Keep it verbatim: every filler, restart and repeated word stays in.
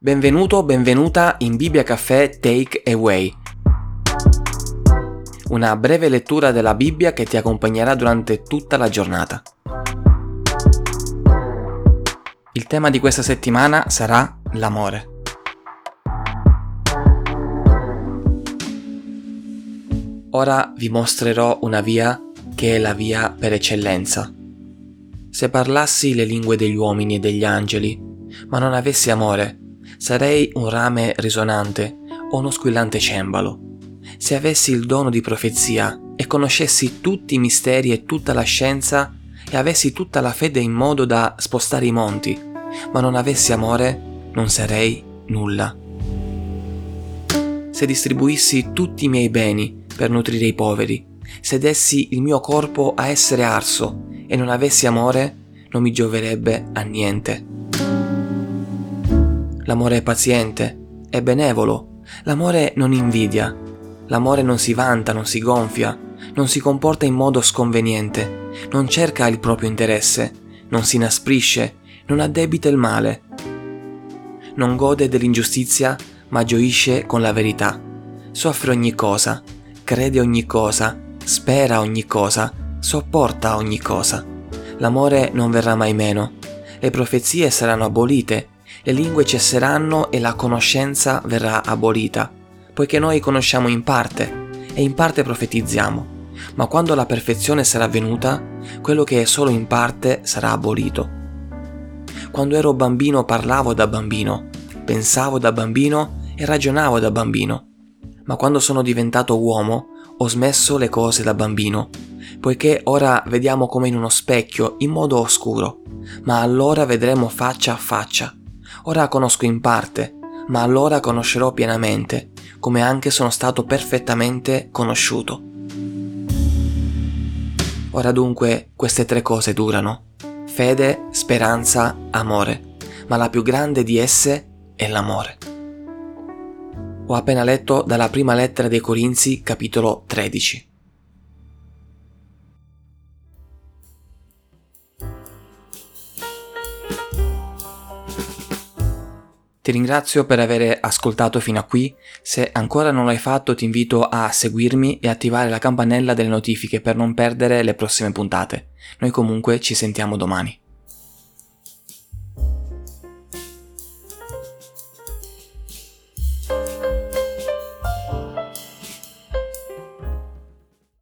Benvenuto, benvenuta in Bibbia Caffè Take Away. Una breve lettura della Bibbia che ti accompagnerà durante tutta la giornata. Il tema di questa settimana sarà l'amore. Ora vi mostrerò una via che è la via per eccellenza. Se parlassi le lingue degli uomini e degli angeli, ma non avessi amore, sarei un rame risonante o uno squillante cembalo. Se avessi il dono di profezia e conoscessi tutti i misteri e tutta la scienza e avessi tutta la fede in modo da spostare i monti, ma non avessi amore, non sarei nulla. Se distribuissi tutti i miei beni per nutrire i poveri, se dessi il mio corpo a essere arso e non avessi amore, non mi gioverebbe a niente. L'amore è paziente, è benevolo, l'amore non invidia, l'amore non si vanta, non si gonfia, non si comporta in modo sconveniente, non cerca il proprio interesse, non si inasprisce, non addebita il male, non gode dell'ingiustizia, ma gioisce con la verità, soffre ogni cosa, crede ogni cosa, spera ogni cosa, sopporta ogni cosa. L'amore non verrà mai meno, le profezie saranno abolite, le lingue cesseranno e la conoscenza verrà abolita, poiché noi conosciamo in parte e in parte profetizziamo, ma quando la perfezione sarà venuta, quello che è solo in parte sarà abolito. Quando ero bambino parlavo da bambino, pensavo da bambino e ragionavo da bambino, ma quando sono diventato uomo ho smesso le cose da bambino, poiché ora vediamo come in uno specchio in modo oscuro, ma allora vedremo faccia a faccia. Ora conosco in parte, ma allora conoscerò pienamente, come anche sono stato perfettamente conosciuto. Ora dunque queste tre cose durano: fede, speranza, amore, ma la più grande di esse è l'amore. Ho appena letto dalla prima lettera dei Corinzi, capitolo tredici. Ti ringrazio per aver ascoltato fino a qui. Se ancora non l'hai fatto, ti invito a seguirmi e attivare la campanella delle notifiche per non perdere le prossime puntate. Noi comunque ci sentiamo domani.